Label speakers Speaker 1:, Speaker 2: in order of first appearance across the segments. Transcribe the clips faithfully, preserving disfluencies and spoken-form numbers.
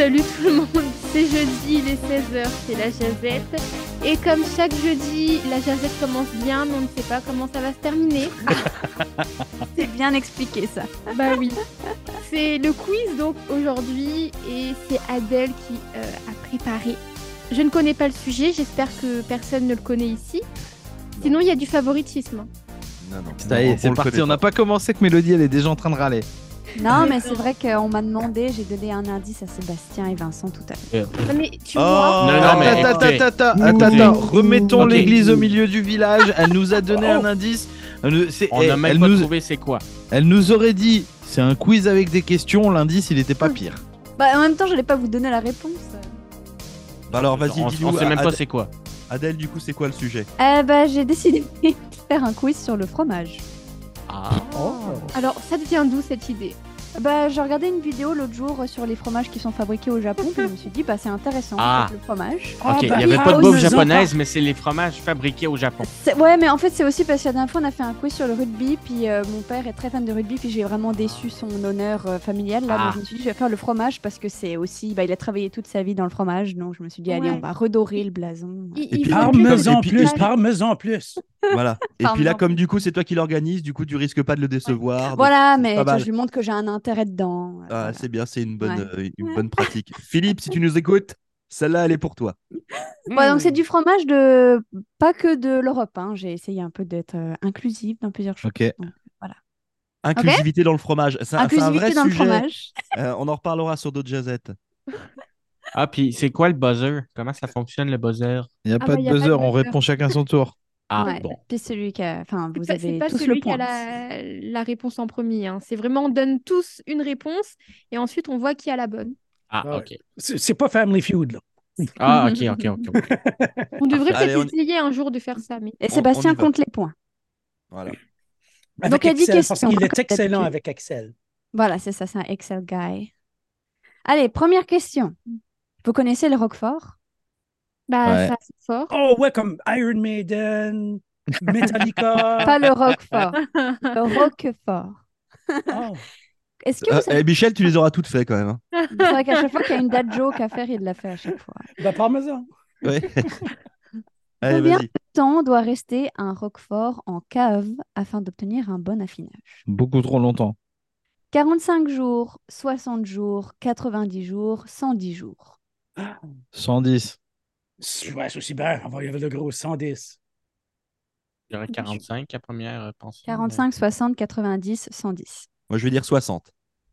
Speaker 1: Salut tout le monde, c'est jeudi, il est seize heures, c'est la Jazette. Et comme chaque jeudi, la Jazette commence bien, mais on ne sait pas comment ça va se terminer.
Speaker 2: C'est bien expliqué ça.
Speaker 1: Bah oui. C'est le quiz donc aujourd'hui et c'est Adèle qui euh, a préparé. Je ne connais pas le sujet, j'espère que personne ne le connaît ici. Sinon, il y a du favoritisme.
Speaker 3: Non, non.
Speaker 4: Ça y est, c'est parti. On n'a pas commencé que Mélodie, elle est déjà en train de râler.
Speaker 2: Non, mais c'est vrai qu'on m'a demandé, j'ai donné un indice à Sébastien et Vincent tout à l'heure.
Speaker 1: Non, mais tu
Speaker 4: Oh,
Speaker 1: vois.
Speaker 5: Non, non, mais
Speaker 4: attends,
Speaker 5: écoutez.
Speaker 4: attends, attends, attends, attends. Remettons
Speaker 5: Ok.
Speaker 4: l'église au milieu du village. Elle nous a donné un indice. Elle nous- c'est-
Speaker 5: On
Speaker 4: elle-
Speaker 5: n'a même
Speaker 4: elle
Speaker 5: pas
Speaker 4: nous-
Speaker 5: trouvé c'est quoi.
Speaker 4: Elle nous aurait dit, c'est un quiz avec des questions. L'indice, il était pas pire.
Speaker 2: Bah, en même temps, je n'allais pas vous donner la réponse.
Speaker 3: Bah alors vas-y,
Speaker 5: On,
Speaker 3: dis-nous.
Speaker 5: on sait même pas
Speaker 3: Ad-
Speaker 5: c'est quoi.
Speaker 3: Adèle, du coup, c'est quoi le sujet?
Speaker 2: Euh, bah, j'ai décidé de faire un quiz sur le fromage.
Speaker 5: Ah.
Speaker 1: Alors, ça devient d'où cette idée?
Speaker 2: Bah, j'ai regardé une vidéo l'autre jour sur les fromages qui sont fabriqués au Japon, puis je me suis dit, bah, c'est intéressant,
Speaker 5: Ah.
Speaker 2: le fromage.
Speaker 5: Ok, il
Speaker 6: bah,
Speaker 5: n'y avait
Speaker 6: ah,
Speaker 5: pas de
Speaker 6: oui,
Speaker 5: bouffe
Speaker 6: mais ils ont
Speaker 5: japonaise, mais c'est les fromages fabriqués au Japon.
Speaker 2: C'est- Ouais, mais en fait, c'est aussi parce que la dernière fois, on a fait un quiz sur le rugby, puis euh, mon père est très fan de rugby, puis j'ai vraiment déçu son honneur euh, familial. Là,
Speaker 5: Ah.
Speaker 2: donc je me suis dit, je vais faire le fromage parce que c'est aussi. Bah, il a travaillé toute sa vie dans le fromage, donc je me suis dit, allez,
Speaker 1: Ouais.
Speaker 2: on va redorer le blason.
Speaker 1: Il,
Speaker 3: Et
Speaker 1: il
Speaker 3: puis-
Speaker 1: faut que-
Speaker 6: Parmesan
Speaker 3: Et puis-
Speaker 6: plus,
Speaker 3: et puis-
Speaker 6: parmesan plus.
Speaker 3: Voilà. Et
Speaker 2: Pardon.
Speaker 3: puis là, comme du coup, c'est toi qui l'organise, du coup, tu risques pas de le décevoir. donc
Speaker 2: Voilà,
Speaker 3: c'est
Speaker 2: mais
Speaker 3: pas
Speaker 2: tu vois,
Speaker 3: mal.
Speaker 2: je lui montre que j'ai un intérêt dedans.
Speaker 3: Ah,
Speaker 2: Voilà.
Speaker 3: c'est bien, c'est une bonne,
Speaker 2: Ouais.
Speaker 3: euh, une bonne pratique. Philippe, si tu nous écoutes, celle-là, elle est pour toi.
Speaker 2: Ouais, donc c'est du fromage de. Pas que de l'Europe, hein. J'ai essayé un peu d'être euh, inclusive dans plusieurs choses.
Speaker 4: Ok.
Speaker 2: Donc, voilà.
Speaker 3: Inclusivité dans le fromage. C'est un, c'est un
Speaker 2: Inclusivité
Speaker 3: vrai
Speaker 2: dans le
Speaker 3: sujet.
Speaker 2: fromage.
Speaker 3: Euh, on en reparlera sur d'autres jazettes.
Speaker 5: Ah, puis c'est quoi le buzzer? Comment ça fonctionne le buzzer?
Speaker 4: Il n'y a
Speaker 1: Ah
Speaker 4: pas
Speaker 1: bah,
Speaker 4: de
Speaker 1: y a pas de
Speaker 4: buzzer. On
Speaker 1: buzzer.
Speaker 4: répond chacun son tour.
Speaker 5: Ah,
Speaker 2: Ouais.
Speaker 5: bon.
Speaker 2: Puis celui qui a. Enfin, vous
Speaker 1: C'est pas- c'est
Speaker 2: avez
Speaker 1: pas
Speaker 2: tous
Speaker 1: celui
Speaker 2: le
Speaker 1: qui a
Speaker 2: point.
Speaker 1: la, la réponse en premier. hein. C'est vraiment, on donne tous une réponse et ensuite on voit qui a la bonne.
Speaker 5: Ah,
Speaker 6: Ouais.
Speaker 5: ok.
Speaker 6: C'est c'est pas Family Feud, là.
Speaker 5: Ah, ok, ok, ok. ok.
Speaker 1: On devrait
Speaker 3: Allez,
Speaker 1: peut-être
Speaker 3: on-
Speaker 1: essayer un jour de faire ça. Mais...
Speaker 2: Et
Speaker 3: On-
Speaker 2: Sébastien
Speaker 3: on y va.
Speaker 2: compte les points.
Speaker 3: Voilà.
Speaker 6: Avec
Speaker 2: Donc, il y a dix
Speaker 6: Excel, parce
Speaker 2: questions,
Speaker 6: qu'il est
Speaker 2: comme
Speaker 6: excellent
Speaker 2: d'habitude.
Speaker 6: avec Excel.
Speaker 2: Voilà, c'est ça, c'est un Excel guy. Allez, première question. Vous connaissez le Roquefort?
Speaker 1: Bah,
Speaker 4: Ouais.
Speaker 1: ça, c'est fort.
Speaker 6: Oh, ouais, comme Iron Maiden, Metallica.
Speaker 2: Pas le Roquefort, le Roquefort.
Speaker 6: Oh.
Speaker 2: Est-ce que
Speaker 3: Euh,
Speaker 2: vous savez...
Speaker 3: eh, Michel, tu les auras toutes faites quand même. hein.
Speaker 2: C'est vrai qu'à chaque fois qu'il y a une date joke à faire, il l'a fait à chaque fois.
Speaker 6: Ben, parmesan.
Speaker 3: Ouais. Allez,
Speaker 2: Combien
Speaker 3: vas-y.
Speaker 2: de temps doit rester un Roquefort en cave afin d'obtenir un bon affinage?
Speaker 4: Beaucoup trop longtemps.
Speaker 2: quarante-cinq jours, soixante jours, quatre-vingt-dix jours, cent dix jours.
Speaker 4: cent dix.
Speaker 6: Ouais, c'est aussi bien. On va y avoir le gros cent dix.
Speaker 5: Il y aurait quarante-cinq à première euh, pensée.
Speaker 2: quarante-cinq, soixante, quatre-vingt-dix, cent dix.
Speaker 3: Moi, je vais dire soixante.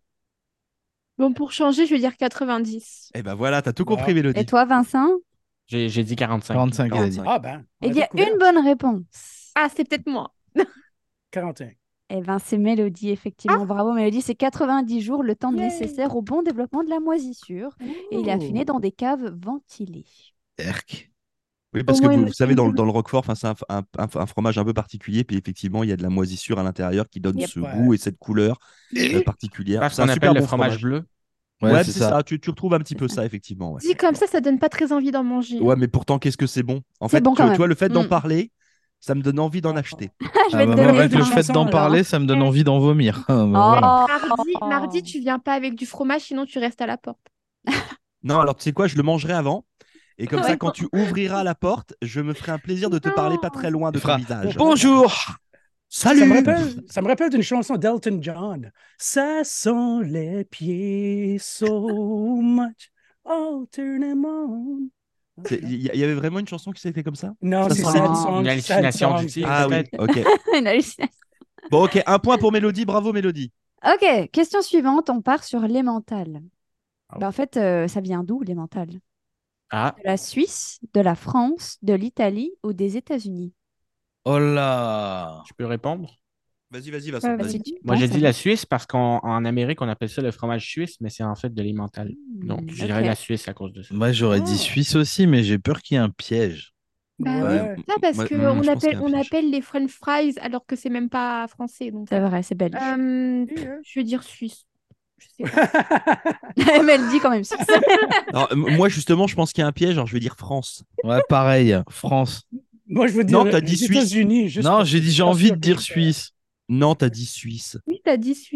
Speaker 1: Bon, pour changer, je vais dire quatre-vingt-dix.
Speaker 3: Eh ben voilà, t'as tout compris,
Speaker 6: Wow.
Speaker 3: Mélodie.
Speaker 2: Et toi, Vincent?
Speaker 5: J'ai j'ai dit quarante-cinq.
Speaker 4: quarante-cinq, il a dit.
Speaker 3: quarante-cinq.
Speaker 6: Ah, ben. on
Speaker 2: Il y a
Speaker 6: découvert.
Speaker 2: une bonne réponse.
Speaker 1: Ah, c'est peut-être moi.
Speaker 6: quarante et un.
Speaker 2: Eh bien, c'est Mélodie, effectivement. Bravo, Mélodie. C'est quatre-vingt-dix jours, le temps
Speaker 1: Yay.
Speaker 2: nécessaire au bon développement de la moisissure. Et il est affiné dans des caves ventilées.
Speaker 4: Erk.
Speaker 3: Oui, parce
Speaker 1: Au
Speaker 3: que
Speaker 1: moins
Speaker 3: vous,
Speaker 1: une-
Speaker 3: vous savez, dans, le-
Speaker 1: une-
Speaker 3: dans le Roquefort, enfin, c'est un, un- un- un fromage un peu particulier, puis effectivement, il y a de la moisissure à l'intérieur qui donne
Speaker 2: Yep.
Speaker 3: ce
Speaker 6: Ouais.
Speaker 3: goût et cette couleur euh, particulière.
Speaker 5: Parce
Speaker 3: C'est
Speaker 5: qu'on
Speaker 3: un
Speaker 5: appelle
Speaker 3: super
Speaker 5: le
Speaker 3: bon
Speaker 5: fromage bleu.
Speaker 4: Ouais,
Speaker 3: Ouais,
Speaker 4: c'est
Speaker 3: c'est
Speaker 4: ça.
Speaker 3: ça. Tu, tu retrouves un petit peu ça, effectivement. Ouais.
Speaker 1: Dit comme ça, ça donne pas très envie d'en manger.
Speaker 3: Ouais, mais pourtant, qu'est-ce que c'est bon. En
Speaker 2: C'est
Speaker 3: fait,
Speaker 2: bon
Speaker 3: tu,
Speaker 2: quand
Speaker 3: tu
Speaker 2: même.
Speaker 3: vois, le fait d'en
Speaker 2: Mm.
Speaker 3: parler, ça me donne envie d'en acheter.
Speaker 2: Je
Speaker 4: Ah
Speaker 2: vais
Speaker 4: bah,
Speaker 2: te
Speaker 4: moi,
Speaker 2: donner
Speaker 4: avec
Speaker 2: une
Speaker 4: le
Speaker 6: chanson,
Speaker 4: fait d'en
Speaker 6: alors.
Speaker 4: parler, ça me donne envie d'en vomir. Ah, bah,
Speaker 2: Oh.
Speaker 4: voilà.
Speaker 1: Mardi, mardi, tu viens pas avec du fromage, sinon tu restes à la porte.
Speaker 3: Non, alors tu sais quoi, je le mangerai avant. Et comme ça,
Speaker 1: Ouais.
Speaker 3: quand tu ouvriras la porte, je me ferai un plaisir de te parler pas très loin de
Speaker 4: Tu
Speaker 3: ton
Speaker 4: feras,
Speaker 3: visage.
Speaker 4: Bonjour.
Speaker 3: Salut.
Speaker 6: Ça me rappelle, ça me rappelle d'une chanson d'Elton John. Ça sent les pieds so much. Oh, turn them on.
Speaker 3: C'est- Il y, il y avait vraiment une chanson qui s'était comme ça?
Speaker 6: Non,
Speaker 3: Ça
Speaker 6: c'est
Speaker 3: sent
Speaker 6: sad
Speaker 2: les-
Speaker 6: song.
Speaker 5: Une
Speaker 6: sad
Speaker 5: hallucination
Speaker 6: song.
Speaker 5: du titre.
Speaker 3: Ah oui,
Speaker 5: peut-être.
Speaker 3: ok.
Speaker 2: Une hallucination.
Speaker 3: Bon, ok, un point pour Mélodie, bravo Mélodie.
Speaker 2: Ok, question suivante. On part sur l'emmental.
Speaker 5: Ah.
Speaker 2: Bah, en fait, euh, ça vient d'où l'emmental? De
Speaker 5: Ah,
Speaker 2: la Suisse, de la France, de l'Italie ou des États-Unis?
Speaker 4: Oh là.
Speaker 5: je peux répondre?
Speaker 3: Vas-y, vas-y, Vincent.
Speaker 1: Ouais,
Speaker 3: vas-y.
Speaker 2: Si tu
Speaker 5: Moi, j'ai
Speaker 2: penses,
Speaker 5: dit
Speaker 2: hein.
Speaker 5: la Suisse parce qu'en en Amérique, on appelle ça le fromage suisse, mais c'est en fait de l'emmental. Donc, je
Speaker 2: ok.
Speaker 5: dirais la Suisse à cause de ça.
Speaker 4: Moi, j'aurais
Speaker 6: Ah.
Speaker 4: dit Suisse aussi, mais j'ai peur qu'il y ait un piège.
Speaker 1: Bah
Speaker 6: Ouais.
Speaker 1: Ça, parce
Speaker 3: Moi-
Speaker 1: qu'on
Speaker 3: moi, je pense qu'il y
Speaker 1: appelle,
Speaker 3: a un
Speaker 1: on
Speaker 3: piège.
Speaker 1: appelle les French fries alors que c'est même pas français. Donc,
Speaker 2: C'est vrai, c'est belge.
Speaker 1: euh,
Speaker 6: Oui, hein.
Speaker 1: je veux dire suisse. Je sais pas.
Speaker 2: Mais elle dit quand même Suisse.
Speaker 3: Alors, euh, moi, justement, je pense qu'il y a un piège, alors je vais dire France.
Speaker 4: Ouais, pareil. France.
Speaker 6: Moi, je veux dire
Speaker 3: Non, t'as
Speaker 6: les
Speaker 3: dit Suisse.
Speaker 6: États-Unis. juste
Speaker 4: Non,
Speaker 6: parce
Speaker 4: j'ai
Speaker 6: que
Speaker 4: dit
Speaker 6: je
Speaker 4: j'ai
Speaker 6: suis pas
Speaker 4: envie
Speaker 6: sûr
Speaker 4: de dire
Speaker 6: que-
Speaker 4: Suisse.
Speaker 3: Non, t'as dit Suisse.
Speaker 1: Oui, t'as dit suisse.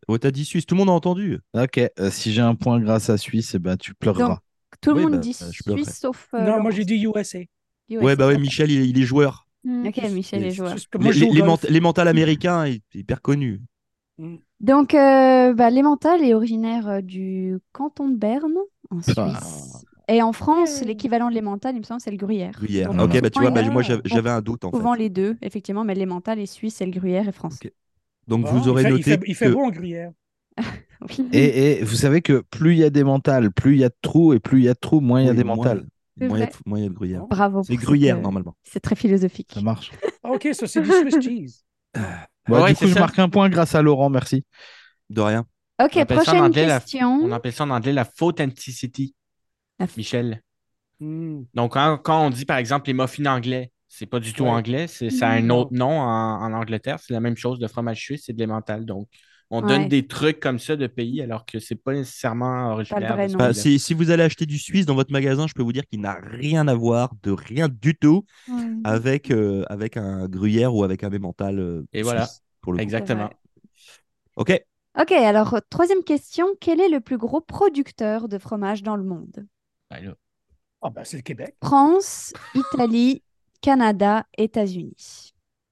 Speaker 3: Oh, t'as dit Suisse, tout le monde a entendu.
Speaker 4: Ok, euh, si j'ai un point grâce à Suisse, eh ben, tu pleureras.
Speaker 2: Donc, tout le
Speaker 3: Oui,
Speaker 2: monde
Speaker 3: bah,
Speaker 2: dit
Speaker 3: bah, je pleurerai.
Speaker 2: Suisse sauf. euh,
Speaker 6: Non, moi
Speaker 2: Laurence.
Speaker 6: j'ai dit U S A.
Speaker 2: U S A.
Speaker 3: Ouais, bah ouais,
Speaker 2: Ok.
Speaker 3: Michel, il, il est joueur.
Speaker 1: Hmm.
Speaker 2: Ok, Michel
Speaker 3: Et
Speaker 2: est joueur.
Speaker 6: Juste que moi
Speaker 3: Les,
Speaker 6: je joue
Speaker 3: les,
Speaker 6: au
Speaker 3: les
Speaker 6: golf.
Speaker 3: ment- les mentales américains, il est hyper connu.
Speaker 6: Mm.
Speaker 2: Donc, euh, bah, l'emmental est originaire euh, du canton de Berne, en
Speaker 4: Ah.
Speaker 2: Suisse. Et en France,
Speaker 1: Ouais.
Speaker 2: l'équivalent de l'emmental, il me semble, c'est le gruyère.
Speaker 3: Gruyère.
Speaker 2: Donc,
Speaker 3: Ok, bah tu
Speaker 2: souvent,
Speaker 3: vois,
Speaker 2: il-
Speaker 3: bah, moi
Speaker 6: Ah.
Speaker 3: j'avais j'avais un doute en
Speaker 2: souvent
Speaker 3: fait.
Speaker 2: les deux, effectivement, mais l'emmental est suisse, c'est le gruyère est français.
Speaker 3: Ok. Donc
Speaker 6: Bon,
Speaker 3: vous
Speaker 6: il
Speaker 3: aurez
Speaker 6: fait, il
Speaker 3: noté
Speaker 6: fait, il fait
Speaker 3: que
Speaker 6: beau en gruyère.
Speaker 2: Oui.
Speaker 4: Et, et vous savez que plus il y a des mentales, plus il y a de trous, et plus il y a de trous, moins il y a
Speaker 3: oui,
Speaker 4: des
Speaker 3: moins,
Speaker 4: mentales.
Speaker 2: C'est
Speaker 3: moins il y a
Speaker 2: vrai.
Speaker 3: de- moins il y a de gruyère.
Speaker 6: Bon.
Speaker 2: Bravo
Speaker 3: C'est
Speaker 2: pour
Speaker 3: gruyère
Speaker 2: cette, euh,
Speaker 3: normalement.
Speaker 2: C'est très philosophique.
Speaker 4: Ça marche.
Speaker 6: Ah, ok, ça c'est du Swiss cheese.
Speaker 4: Bon,
Speaker 5: Ouais,
Speaker 4: du
Speaker 5: c'est
Speaker 4: coup, je
Speaker 5: ça.
Speaker 4: marque un point grâce à Laurent, merci.
Speaker 3: De rien.
Speaker 2: Ok,
Speaker 5: On appelle ça en
Speaker 2: prochaine
Speaker 5: anglais la-
Speaker 2: question.
Speaker 5: On appelle ça en anglais la photanticity,
Speaker 2: La f-
Speaker 5: Michel.
Speaker 6: Mm.
Speaker 5: Donc, quand, quand on dit, par exemple, les muffins anglais, c'est pas du tout
Speaker 6: Ouais.
Speaker 5: anglais, c'est, ça a un
Speaker 6: Non.
Speaker 5: autre nom en, en Angleterre. C'est la même chose, le fromage suisse, c'est de l'emmental. Donc, on donne
Speaker 2: Ouais.
Speaker 5: des trucs comme ça de pays alors que c'est pas nécessairement originaire
Speaker 2: vrai
Speaker 5: de ce
Speaker 2: nom.
Speaker 3: Enfin,
Speaker 5: pays-là.
Speaker 3: si, si vous allez acheter du Suisse dans votre magasin, je peux vous dire qu'il n'a rien à voir, de rien du tout,
Speaker 2: Ouais.
Speaker 3: avec, euh, avec un gruyère ou avec un emmental euh,
Speaker 5: Et
Speaker 3: suisse,
Speaker 5: voilà.
Speaker 3: pour le coup.
Speaker 5: Exactement.
Speaker 3: Ok.
Speaker 2: Ok, alors euh, troisième question. Quel est le plus gros producteur de fromage dans le monde?
Speaker 5: Ben là.
Speaker 6: Ah, ben c'est le Québec.
Speaker 2: France, Italie, Canada, États-Unis.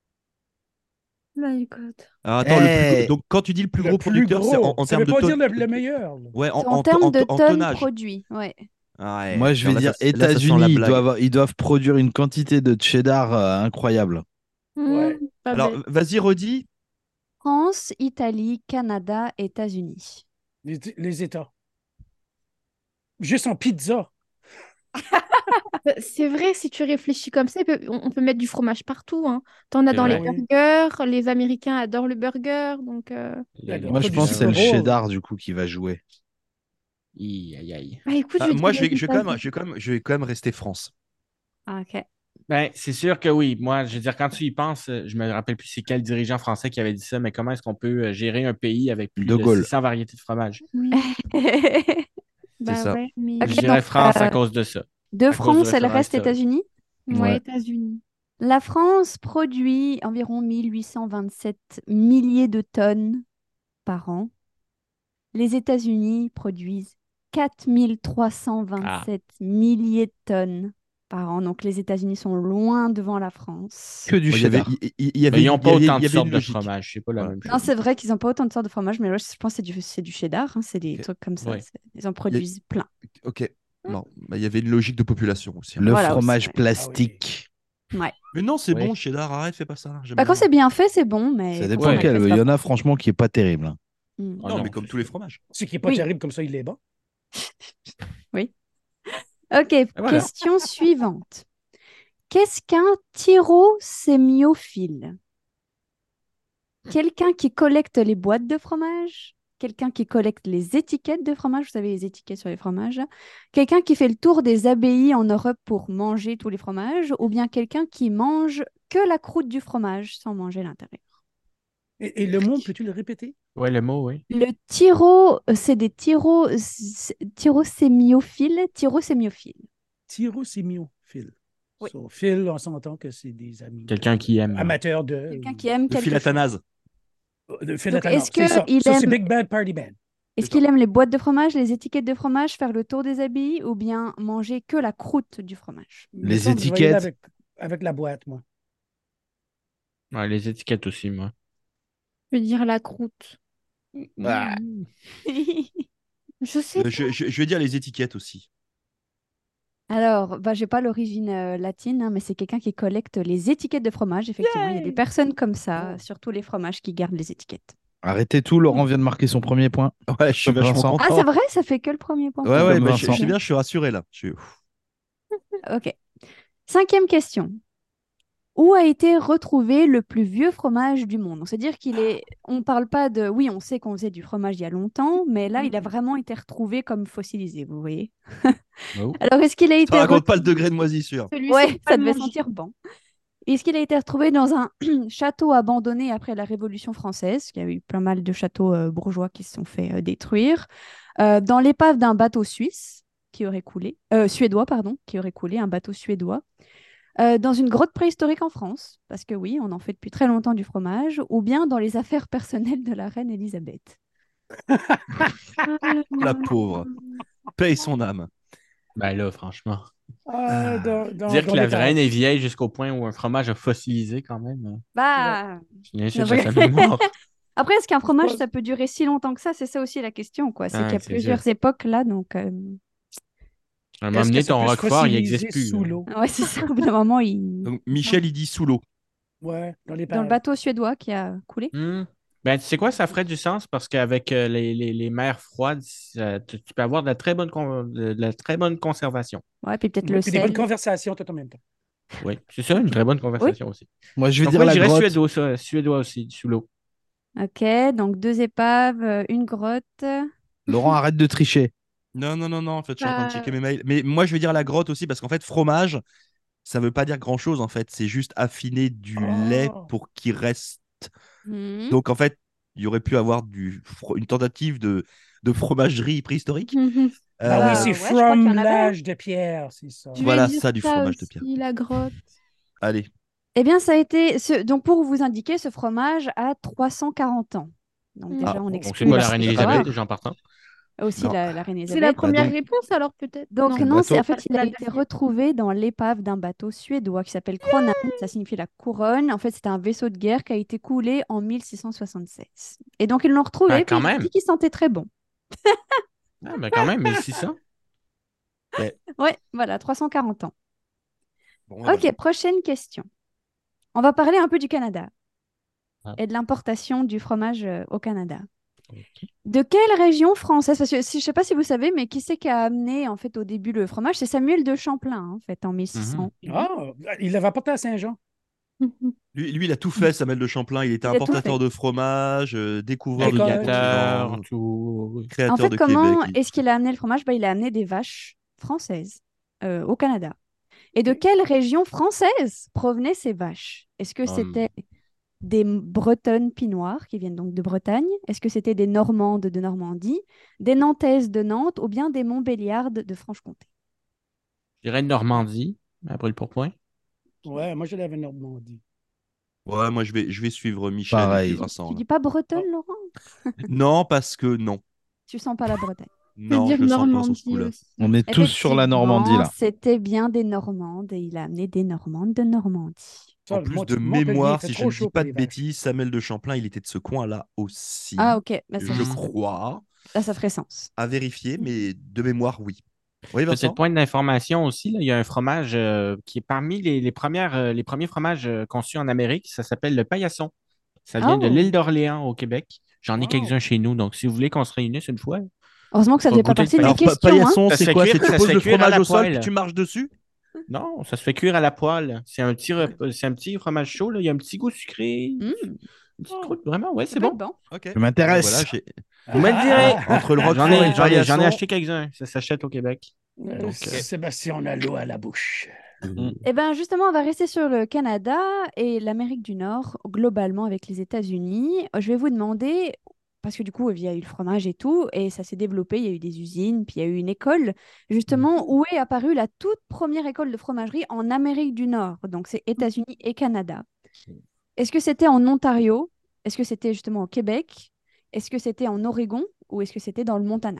Speaker 1: My God.
Speaker 3: Alors attends, le plus gros-
Speaker 4: Eh,
Speaker 3: donc quand tu dis le plus
Speaker 6: Le
Speaker 3: gros
Speaker 6: plus
Speaker 3: producteur, c'est en,
Speaker 6: gros.
Speaker 3: en
Speaker 6: Ça
Speaker 3: termes
Speaker 6: veut
Speaker 3: de
Speaker 6: pas
Speaker 3: tonnes.
Speaker 6: dire le, le meilleur. là.
Speaker 3: Ouais, en,
Speaker 2: C'est en
Speaker 3: en,
Speaker 2: termes
Speaker 3: en-
Speaker 2: de
Speaker 3: en
Speaker 2: tonnes
Speaker 3: tonnage.
Speaker 2: produits. Ouais.
Speaker 3: Ouais.
Speaker 4: Moi, je vais
Speaker 3: Alors là,
Speaker 4: dire
Speaker 3: ça- là, ça sent la
Speaker 4: États-Unis, ils
Speaker 3: blague.
Speaker 4: doivent, ils doivent produire une quantité de cheddar euh, incroyable.
Speaker 6: Ouais.
Speaker 1: Hmm, pas
Speaker 3: Alors,
Speaker 1: bête.
Speaker 3: vas-y, redis.
Speaker 2: France, Italie, Canada, États-Unis.
Speaker 6: Les, les États. Juste en pizza.
Speaker 1: Bah, c'est vrai, si tu réfléchis comme ça, il peut- on on peut mettre du fromage partout, hein. T'en as
Speaker 5: C'est
Speaker 1: dans les
Speaker 5: vrai.
Speaker 6: Oui.
Speaker 1: burgers, les Américains adorent le burger, donc euh,
Speaker 5: Les- les
Speaker 6: On
Speaker 4: Moi,
Speaker 6: fait
Speaker 4: je
Speaker 6: du
Speaker 4: pense que c'est le
Speaker 6: Super Bowl.
Speaker 4: cheddar, du coup, qui va jouer.
Speaker 5: Aïe, aïe, aïe.
Speaker 1: ah, écoute,
Speaker 3: Ah,
Speaker 1: je vais
Speaker 3: moi,
Speaker 1: dire
Speaker 3: je vais,
Speaker 1: les
Speaker 3: je vais quand même,
Speaker 1: États-Unis.
Speaker 3: je vais quand même, je vais quand même rester France.
Speaker 2: Ah, ok.
Speaker 5: Ben, c'est sûr que oui. Moi, je veux dire, quand tu y penses, euh, je me rappelle plus c'est quel dirigeant français qui avait dit ça, mais comment est-ce qu'on peut euh, gérer un pays avec plus
Speaker 4: De
Speaker 5: de
Speaker 4: Gaulle.
Speaker 5: six cents variétés de fromage?
Speaker 1: Oui, bah
Speaker 3: ça.
Speaker 1: ouais, mais
Speaker 2: Ok,
Speaker 5: Je
Speaker 2: donc,
Speaker 5: dirais France à
Speaker 2: euh,
Speaker 5: cause de ça,
Speaker 2: de
Speaker 5: à cause du
Speaker 2: France et le
Speaker 5: référent
Speaker 2: reste
Speaker 5: historique.
Speaker 2: États-Unis.
Speaker 1: ouais,
Speaker 4: Ouais.
Speaker 1: États-Unis.
Speaker 2: La France produit environ mille huit cent vingt-sept milliers de tonnes par an. Les États-Unis produisent quatre mille trois cent vingt-sept milliers de tonnes par an. Donc les États-Unis sont loin devant la France.
Speaker 4: Que du
Speaker 3: Moi, il y avait,
Speaker 4: cheddar.
Speaker 3: il, il- il y avait,
Speaker 5: Mais ils
Speaker 3: une-
Speaker 5: n'ont
Speaker 3: il y
Speaker 5: pas
Speaker 3: avait-
Speaker 5: autant
Speaker 3: il
Speaker 5: de
Speaker 3: y avait
Speaker 5: sortes
Speaker 3: une
Speaker 5: de
Speaker 3: logique.
Speaker 5: fromage, c'est pas la
Speaker 3: Voilà.
Speaker 5: même chose.
Speaker 2: Non, c'est vrai qu'ils n'ont pas autant de sortes de fromage, mais là, je pense que c'est du, c'est du cheddar. Hein, c'est des
Speaker 3: Ok.
Speaker 2: trucs comme ça.
Speaker 5: Ouais.
Speaker 2: c'est- Ils en produisent plein.
Speaker 3: Ok. Non, bah, il y avait une logique de population aussi, hein.
Speaker 4: Le
Speaker 2: Voilà
Speaker 4: fromage
Speaker 2: aussi, ouais.
Speaker 4: plastique.
Speaker 2: Ouais.
Speaker 3: Mais non, c'est
Speaker 5: Ouais.
Speaker 3: bon, cheddar, arrête, fais pas ça. j'aime
Speaker 2: Bah, quand
Speaker 3: bien.
Speaker 2: c'est bien fait, c'est bon, mais
Speaker 4: Ça
Speaker 2: faut
Speaker 4: dépend
Speaker 2: s'en
Speaker 5: Ouais.
Speaker 2: mettre
Speaker 4: lequel.
Speaker 2: le
Speaker 4: Il y en
Speaker 2: stop.
Speaker 4: a, franchement, qui est pas terrible. hein.
Speaker 2: Mm.
Speaker 5: Oh
Speaker 3: non,
Speaker 5: non,
Speaker 3: mais comme
Speaker 5: c'est
Speaker 3: tous les
Speaker 5: sûr.
Speaker 3: fromages.
Speaker 6: Ce qui n'est pas
Speaker 2: Oui.
Speaker 6: terrible comme ça, il est bon.
Speaker 2: Oui. Ok,
Speaker 5: voilà.
Speaker 2: question suivante. Qu'est-ce qu'un tyrosémiophile? Quelqu'un qui collecte les boîtes de fromage? Quelqu'un qui collecte les étiquettes de fromage? Vous savez, les étiquettes sur les fromages. Quelqu'un qui fait le tour des abbayes en Europe pour manger tous les fromages? Ou bien quelqu'un qui mange que la croûte du fromage sans manger l'intérieur?
Speaker 6: Et, et le mot, peux-tu le répéter?
Speaker 5: Ouais, le mot, oui.
Speaker 2: Le tyro, euh, c'est des tyro, s- tyrosémiophiles. Tyrosémiophiles.
Speaker 6: Tyrosémiophile.
Speaker 2: Oui.
Speaker 6: So, Phil, on s'entend que c'est des amis.
Speaker 5: Quelqu'un qui aime.
Speaker 6: Amateurs de.
Speaker 2: Quelqu'un qui aime
Speaker 3: Le
Speaker 2: quelque chose.
Speaker 3: philatanase.
Speaker 6: De Phil
Speaker 2: Donc,
Speaker 6: Athanas.
Speaker 2: est-ce
Speaker 6: C'est ça.
Speaker 2: qu'il
Speaker 6: Ça, c'est
Speaker 2: aime-
Speaker 6: Big Bad Party Band.
Speaker 2: Est-ce
Speaker 3: C'est
Speaker 2: qu'il
Speaker 3: ça.
Speaker 2: aime les boîtes de fromage, les étiquettes de fromage, faire le tour des abbayes ou bien manger que la croûte du fromage?
Speaker 6: Il me
Speaker 4: Les
Speaker 6: semble que je vais y aller
Speaker 4: étiquettes.
Speaker 6: Avec, avec la boîte, moi.
Speaker 5: Ouais, les étiquettes aussi, moi.
Speaker 1: Je veux dire la croûte.
Speaker 4: Ah.
Speaker 1: Je sais
Speaker 3: Euh,
Speaker 1: pas.
Speaker 3: je, je- je vais dire les étiquettes aussi.
Speaker 2: Alors, bah, j'ai pas l'origine euh, latine, hein, mais c'est quelqu'un qui collecte les étiquettes de fromage. Effectivement, il y a des personnes comme ça,
Speaker 6: Oh.
Speaker 2: surtout les fromages qui gardent les étiquettes.
Speaker 4: Arrêtez tout, Laurent vient de marquer son premier point.
Speaker 3: Ouais, je suis
Speaker 4: Comme
Speaker 3: vachement
Speaker 4: Vincent.
Speaker 2: Ah,
Speaker 3: content.
Speaker 2: c'est vrai, ça fait que le premier point.
Speaker 3: Ouais,
Speaker 2: pour
Speaker 3: ouais,
Speaker 2: vous.
Speaker 3: bah,
Speaker 4: Comme
Speaker 3: je,
Speaker 4: Vincent.
Speaker 3: c'est bien, je suis rassuré là. Je suis-
Speaker 2: Ok. Cinquième question. Où a été retrouvé le plus vieux fromage du monde? Donc, c'est-à-dire qu'il est. On parle pas de. Oui, on sait qu'on faisait du fromage il y a longtemps, mais là, il a vraiment été retrouvé comme fossilisé, vous voyez.
Speaker 5: Oh.
Speaker 2: Alors, est-ce qu'il a
Speaker 3: Ça
Speaker 2: été
Speaker 3: raconte pas
Speaker 2: retrouvé...
Speaker 3: le degré de moisissure.
Speaker 1: Celui-ci,
Speaker 2: Ouais,
Speaker 1: faut pas
Speaker 2: ça
Speaker 1: le
Speaker 2: devait
Speaker 1: manger.
Speaker 2: sentir bon. Est-ce qu'il a été retrouvé dans un château abandonné après la Révolution française? Il y a eu pas mal de châteaux euh, bourgeois qui se sont fait euh, détruire. Euh, dans l'épave d'un bateau suisse qui aurait coulé, euh, suédois, pardon, qui aurait coulé, un bateau suédois. Euh, dans une grotte préhistorique en France, parce que oui, on en fait depuis très longtemps du fromage, ou bien dans les affaires personnelles de la reine Elisabeth.
Speaker 3: La pauvre. Paye son âme.
Speaker 5: Ben là, franchement.
Speaker 6: Ah, dans, dans,
Speaker 5: Dire
Speaker 6: dans
Speaker 5: que la
Speaker 6: les
Speaker 5: vraine
Speaker 6: tables.
Speaker 5: est vieille jusqu'au point où un fromage a fossilisé quand même. euh,
Speaker 2: Bah,
Speaker 5: Je viens
Speaker 2: non,
Speaker 5: de sa mémoire.
Speaker 2: après, est-ce qu'un fromage,
Speaker 6: pense-
Speaker 2: ça peut durer si longtemps que ça? C'est ça aussi la question, quoi. C'est qu'il y
Speaker 5: Ouais,
Speaker 2: a
Speaker 5: c'est
Speaker 2: plusieurs
Speaker 5: ça.
Speaker 2: époques là, donc... euh,
Speaker 5: À un moment
Speaker 6: Est-ce que
Speaker 5: donné,
Speaker 6: ça
Speaker 5: ton
Speaker 6: peut se
Speaker 5: Roquefort, il
Speaker 6: fossiliser
Speaker 5: n'existe plus.
Speaker 6: sous
Speaker 5: là.
Speaker 6: l'eau?
Speaker 2: Ouais, c'est ça. Au bout d'un moment, il...
Speaker 3: Donc, Michel, il dit sous l'eau.
Speaker 6: Ouais, dans les
Speaker 2: Dans le
Speaker 6: paves.
Speaker 2: bateau suédois qui a coulé.
Speaker 5: Hmm. Ben, tu sais quoi, ça ferait du sens parce qu'avec euh, les, les, les mers froides, ça- tu, tu peux avoir de la très bonne, con- de la très bonne conservation.
Speaker 2: Ouais, puis peut-être
Speaker 6: Oui,
Speaker 2: le
Speaker 6: puis des bonnes
Speaker 2: sel.
Speaker 6: conversations tout en même temps.
Speaker 5: Oui, c'est ça, une très bonne conversation aussi.
Speaker 4: Moi, je vais
Speaker 5: Donc,
Speaker 4: dire
Speaker 5: oui,
Speaker 4: la
Speaker 5: j'irais
Speaker 4: grotte.
Speaker 5: suédois, ça, suédois aussi, sous l'eau.
Speaker 2: Ok, donc deux épaves, euh, une grotte.
Speaker 4: Laurent, arrête de tricher.
Speaker 3: Non, non, non, non, en fait, je suis en train de
Speaker 1: Bah,
Speaker 3: checker mes mails. Mais moi, je vais dire la grotte aussi, parce qu'en fait, fromage, ça veut pas dire grand-chose, en fait. C'est juste affiner du lait
Speaker 6: Oh.
Speaker 3: pour qu'il reste.
Speaker 2: Mhm.
Speaker 3: Donc, en fait, il y aurait pu avoir du, fro- une tentative de, de fromagerie préhistorique.
Speaker 6: Ah oui,
Speaker 3: Euh,
Speaker 6: c'est
Speaker 2: ouais, je crois qu'il y en avait, hein.
Speaker 6: fromage de pierre, c'est ça.
Speaker 1: Je vais
Speaker 3: voilà,
Speaker 1: dire
Speaker 3: ça, du
Speaker 1: ça
Speaker 3: fromage de pierre.
Speaker 1: aussi, la grotte.
Speaker 3: Allez.
Speaker 2: Eh bien, ça a été... ce- Donc, pour vous indiquer, ce fromage a trois cent quarante ans. Donc,
Speaker 1: Mm.
Speaker 2: déjà,
Speaker 3: Ah,
Speaker 2: on
Speaker 3: bon,
Speaker 5: Donc, c'est
Speaker 2: exclut
Speaker 5: quoi
Speaker 2: la
Speaker 5: la reine
Speaker 2: préhistoire.
Speaker 5: Élisabeth, déjà en partant?
Speaker 2: Aussi
Speaker 3: non.
Speaker 2: la, la reine
Speaker 1: C'est la
Speaker 2: Elisabeth.
Speaker 1: première
Speaker 3: donc-
Speaker 1: réponse alors peut-être?
Speaker 2: Donc,
Speaker 1: Non.
Speaker 2: non, c'est, en
Speaker 3: bateau.
Speaker 2: fait, il
Speaker 1: C'est
Speaker 2: a
Speaker 1: la
Speaker 2: été
Speaker 1: deuxième.
Speaker 2: retrouvé dans l'épave d'un bateau suédois qui s'appelle Kronan. Ça signifie la couronne. En fait, c'était un vaisseau de guerre qui a été coulé en mille six cent soixante-seize. Et donc, ils l'ont retrouvé,
Speaker 5: Ah,
Speaker 2: puis
Speaker 5: quand
Speaker 2: ils ont
Speaker 5: même.
Speaker 2: dit qu'il sentait très bon.
Speaker 5: Ah, mais quand même, mille six cents.
Speaker 2: Ouais, voilà, trois cent quarante ans.
Speaker 3: Bon, ben
Speaker 2: Ok,
Speaker 3: voilà.
Speaker 2: prochaine question. On va parler un peu du Canada
Speaker 5: Ah.
Speaker 2: et de l'importation du fromage euh, au Canada.
Speaker 5: Ok.
Speaker 2: De quelle région française? Parce que si, je ne sais pas si vous savez, mais qui c'est qui a amené en fait au début le fromage? C'est Samuel de Champlain en fait en mille six cents.
Speaker 6: Ah, il l'avait apporté à Saint-Jean.
Speaker 3: Lui, lui, il a tout fait, Samuel de Champlain. Il était
Speaker 2: Il a tout
Speaker 3: importateur
Speaker 2: fait.
Speaker 3: de fromage, euh, découvreur de
Speaker 6: École.
Speaker 3: nouveaux
Speaker 5: Navigateur,
Speaker 3: continents,
Speaker 5: tout. oui.
Speaker 2: En
Speaker 3: créateur
Speaker 2: fait,
Speaker 3: de
Speaker 2: comment
Speaker 3: Québec. Il-
Speaker 2: est-ce qu'il a amené le fromage? Bah, il a amené des vaches françaises euh, au Canada. Et de
Speaker 6: Ok.
Speaker 2: quelle région française provenaient ces vaches? Est-ce que
Speaker 5: Hum.
Speaker 2: c'était des M- Bretonnes pinoires qui viennent donc de Bretagne? Est-ce que c'était des Normandes de Normandie, des Nantaises de Nantes ou bien des Montbéliardes de Franche-Comté?
Speaker 5: Je dirais Normandie, après le pourpoint.
Speaker 6: Ouais, moi je l'avais Normandie.
Speaker 3: Ouais, moi, je vais, je vais suivre Michel et
Speaker 4: Pareil.
Speaker 3: puis
Speaker 2: Tu,
Speaker 3: Vincent,
Speaker 2: tu
Speaker 3: là.
Speaker 2: dis pas Bretonne,
Speaker 6: Ah.
Speaker 2: Laurent?
Speaker 3: Non, parce que non.
Speaker 2: Tu sens pas la Bretagne.
Speaker 1: Je vais
Speaker 3: Non,
Speaker 1: dire
Speaker 3: je le sens pas sur ce
Speaker 1: Normandie
Speaker 3: coup-là.
Speaker 1: aussi.
Speaker 4: On est tous sur la Normandie,
Speaker 2: Effectivement,
Speaker 4: là.
Speaker 2: c'était bien des Normandes et il a amené des Normandes de Normandie.
Speaker 6: Ça,
Speaker 3: En
Speaker 6: le
Speaker 3: plus
Speaker 6: Mont-
Speaker 3: de
Speaker 6: Montpellier
Speaker 3: mémoire,
Speaker 6: fait
Speaker 3: si je
Speaker 6: trop
Speaker 3: ne dis
Speaker 6: chaud pour
Speaker 3: pas de
Speaker 6: les vaches.
Speaker 3: bêtises, Samuel de Champlain, il était de ce coin-là aussi.
Speaker 2: Ah, ok. Bah, ça,
Speaker 3: Je
Speaker 5: Mhm.
Speaker 3: crois.
Speaker 2: là, ça ferait sens.
Speaker 3: À vérifier, mais de mémoire, oui. Oui,
Speaker 5: Petite
Speaker 3: Vincent?
Speaker 5: pointe d'information aussi, là, il y a un fromage euh, qui est parmi les, les premières, euh, les premiers fromages euh, conçus en Amérique. Ça s'appelle le paillasson. Ça vient de
Speaker 2: Oh.
Speaker 5: l'île d'Orléans au Québec. J'en ai
Speaker 6: Wow.
Speaker 5: quelques-uns chez nous. Donc, si vous voulez qu'on se réunisse une fois,
Speaker 2: Heureusement que ça
Speaker 5: Faut
Speaker 2: faisait pas
Speaker 5: goûter le
Speaker 2: partie des
Speaker 3: Alors, pa-
Speaker 2: questions, hein.
Speaker 3: paillasson,
Speaker 5: Ça se
Speaker 3: c'est
Speaker 5: fait
Speaker 3: quoi?
Speaker 5: cuire-
Speaker 3: C'est tu
Speaker 5: ça se
Speaker 3: poses
Speaker 5: fait
Speaker 3: le
Speaker 5: cuire à
Speaker 3: fromage
Speaker 5: la
Speaker 3: au sol
Speaker 5: poêle.
Speaker 3: puis tu marches dessus?
Speaker 5: non, ça se fait cuire à la poêle. C'est un petit, rep- c'est un petit fromage chaud. Là. Il y a un petit goût sucré.
Speaker 2: Mmh,
Speaker 5: Une petite
Speaker 6: Oh.
Speaker 5: croûte, vraiment. Ouais,
Speaker 2: ça
Speaker 5: c'est
Speaker 2: peut
Speaker 5: bon.
Speaker 2: être bon.
Speaker 3: Ok.
Speaker 4: Je m'intéresse.
Speaker 3: Voilà, j'ai-
Speaker 5: Vous me le direz.
Speaker 6: Ah,
Speaker 3: entre le
Speaker 5: J'en
Speaker 3: Roquefort et
Speaker 5: ai,
Speaker 3: le
Speaker 5: j'en ai, j'en ai
Speaker 3: paillasson.
Speaker 5: acheté quelques-uns. Ça s'achète au Québec.
Speaker 6: euh,
Speaker 5: Donc, euh,
Speaker 6: Sébastien, on a l'eau à la bouche.
Speaker 4: Mm.
Speaker 2: Eh bien, justement, on va rester sur le Canada et l'Amérique du Nord, globalement avec les États-Unis. Je vais vous demander, parce que du coup, il y a eu le fromage et tout, et ça s'est développé, il y a eu des usines, puis il y a eu une école, justement, où est apparue la toute première école de fromagerie en Amérique du Nord. Donc, c'est États-Unis et Canada. Est-ce que c'était en Ontario? Est-ce que c'était justement au Québec? Est-ce que c'était en Oregon? Ou est-ce que c'était dans le Montana?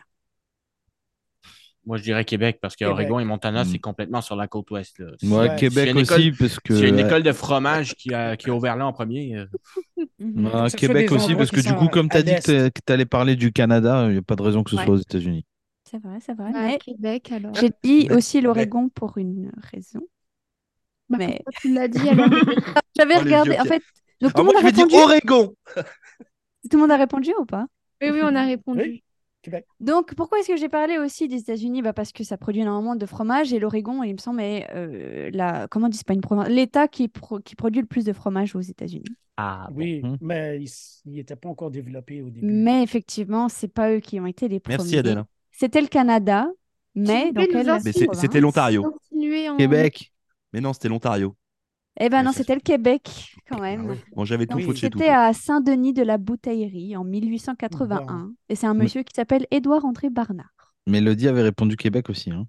Speaker 5: moi, je dirais Québec parce
Speaker 6: Québec.
Speaker 5: qu'Oregon et Montana,
Speaker 4: Mm.
Speaker 5: c'est complètement sur la côte ouest. Là. Si-
Speaker 4: Moi,
Speaker 6: Ouais.
Speaker 5: s'il y a
Speaker 4: Québec
Speaker 5: une école-
Speaker 4: aussi, parce que.
Speaker 5: S'il y a une
Speaker 4: euh,
Speaker 5: école de fromage qui a, qui a ouvert là en premier, euh,
Speaker 2: Mhm.
Speaker 4: moi,
Speaker 6: Donc, ça fait
Speaker 4: Québec
Speaker 6: des
Speaker 4: aussi,
Speaker 6: endroits
Speaker 4: parce
Speaker 6: qui
Speaker 4: que du
Speaker 6: sont
Speaker 4: coup, comme
Speaker 6: à
Speaker 4: tu as dit
Speaker 6: l'est.
Speaker 4: que tu allais parler du Canada, il n'y a pas de raison que ce
Speaker 2: Ouais.
Speaker 4: soit aux États-Unis.
Speaker 2: C'est vrai, c'est vrai.
Speaker 1: Bah,
Speaker 2: Mais
Speaker 1: Québec alors.
Speaker 2: j'ai dit
Speaker 3: Mais-
Speaker 2: aussi l'Oregon pour une raison.
Speaker 1: Bah,
Speaker 2: Mais
Speaker 1: pourquoi tu l'as dit alors?
Speaker 2: j'avais
Speaker 3: Oh, les
Speaker 2: regardé.
Speaker 3: vieux
Speaker 2: En
Speaker 3: Pierre.
Speaker 2: fait, donc tout
Speaker 3: Alors
Speaker 2: le
Speaker 3: moi,
Speaker 2: monde
Speaker 3: je
Speaker 2: a
Speaker 3: vais dire
Speaker 2: répondu.
Speaker 3: Oregon.
Speaker 2: Tout le monde a répondu ou pas?
Speaker 1: Oui, oui, on a répondu.
Speaker 6: Oui, Québec.
Speaker 2: Donc, pourquoi est-ce que j'ai parlé aussi des États-Unis? Bah, parce que ça produit énormément de fromage et l'Oregon, il me semble, est euh, la... comment on dit, c'est pas une province, l'État qui, pro- qui produit le plus de fromage aux États-Unis.
Speaker 5: ah, bon.
Speaker 6: Oui,
Speaker 4: Hmm.
Speaker 6: mais il n'était pas encore développé au début.
Speaker 2: Mais effectivement, c'est pas eux qui ont été les premiers.
Speaker 3: Merci Adèle.
Speaker 2: C'était le Canada,
Speaker 1: S'il
Speaker 2: mais
Speaker 1: vous
Speaker 2: dans
Speaker 1: plaît, nous
Speaker 2: quelle
Speaker 1: insinuez-
Speaker 3: Mais c'est-
Speaker 2: province?
Speaker 3: c'était l'Ontario.
Speaker 1: Continuez en...
Speaker 4: Québec.
Speaker 3: Mais non, c'était l'Ontario.
Speaker 2: Eh ben
Speaker 3: Mais
Speaker 2: non,
Speaker 3: ça-
Speaker 2: c'était le Québec quand
Speaker 3: Ah
Speaker 2: même.
Speaker 3: ouais. Bon, j'avais tout
Speaker 2: Donc,
Speaker 3: faux de chez tout.
Speaker 2: c'était à Saint-Denis de la Bouteillerie en mille huit cent quatre-vingt-un. Et c'est un
Speaker 4: Mais-
Speaker 2: monsieur qui s'appelle Édouard-André Barnard.
Speaker 4: Mélodie avait répondu Québec aussi. Hein.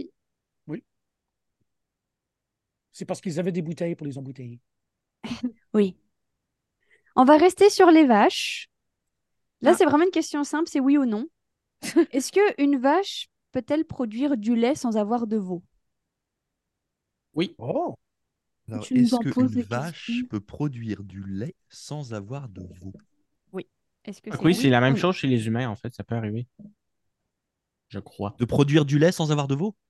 Speaker 6: C'est parce qu'ils avaient des bouteilles pour les embouteiller.
Speaker 2: Oui. On va rester sur les vaches. Là,
Speaker 1: Ah.
Speaker 2: c'est vraiment une question simple, c'est oui ou non. Est-ce qu'une vache peut-elle produire du lait sans avoir de veau?
Speaker 5: Oui.
Speaker 6: Oh,
Speaker 3: Alors,
Speaker 1: Tu nous
Speaker 3: est-ce
Speaker 1: en poses
Speaker 3: qu'une
Speaker 1: des
Speaker 3: vache
Speaker 1: questions.
Speaker 3: peut produire du lait sans avoir de veau?
Speaker 2: Oui. Est-ce que
Speaker 5: Donc
Speaker 2: c'est
Speaker 5: oui,
Speaker 2: oui
Speaker 5: c'est la
Speaker 2: ou
Speaker 5: même
Speaker 2: non?
Speaker 5: chose chez les humains, en fait. Ça peut arriver. Je crois.
Speaker 3: De produire du lait sans avoir de veau?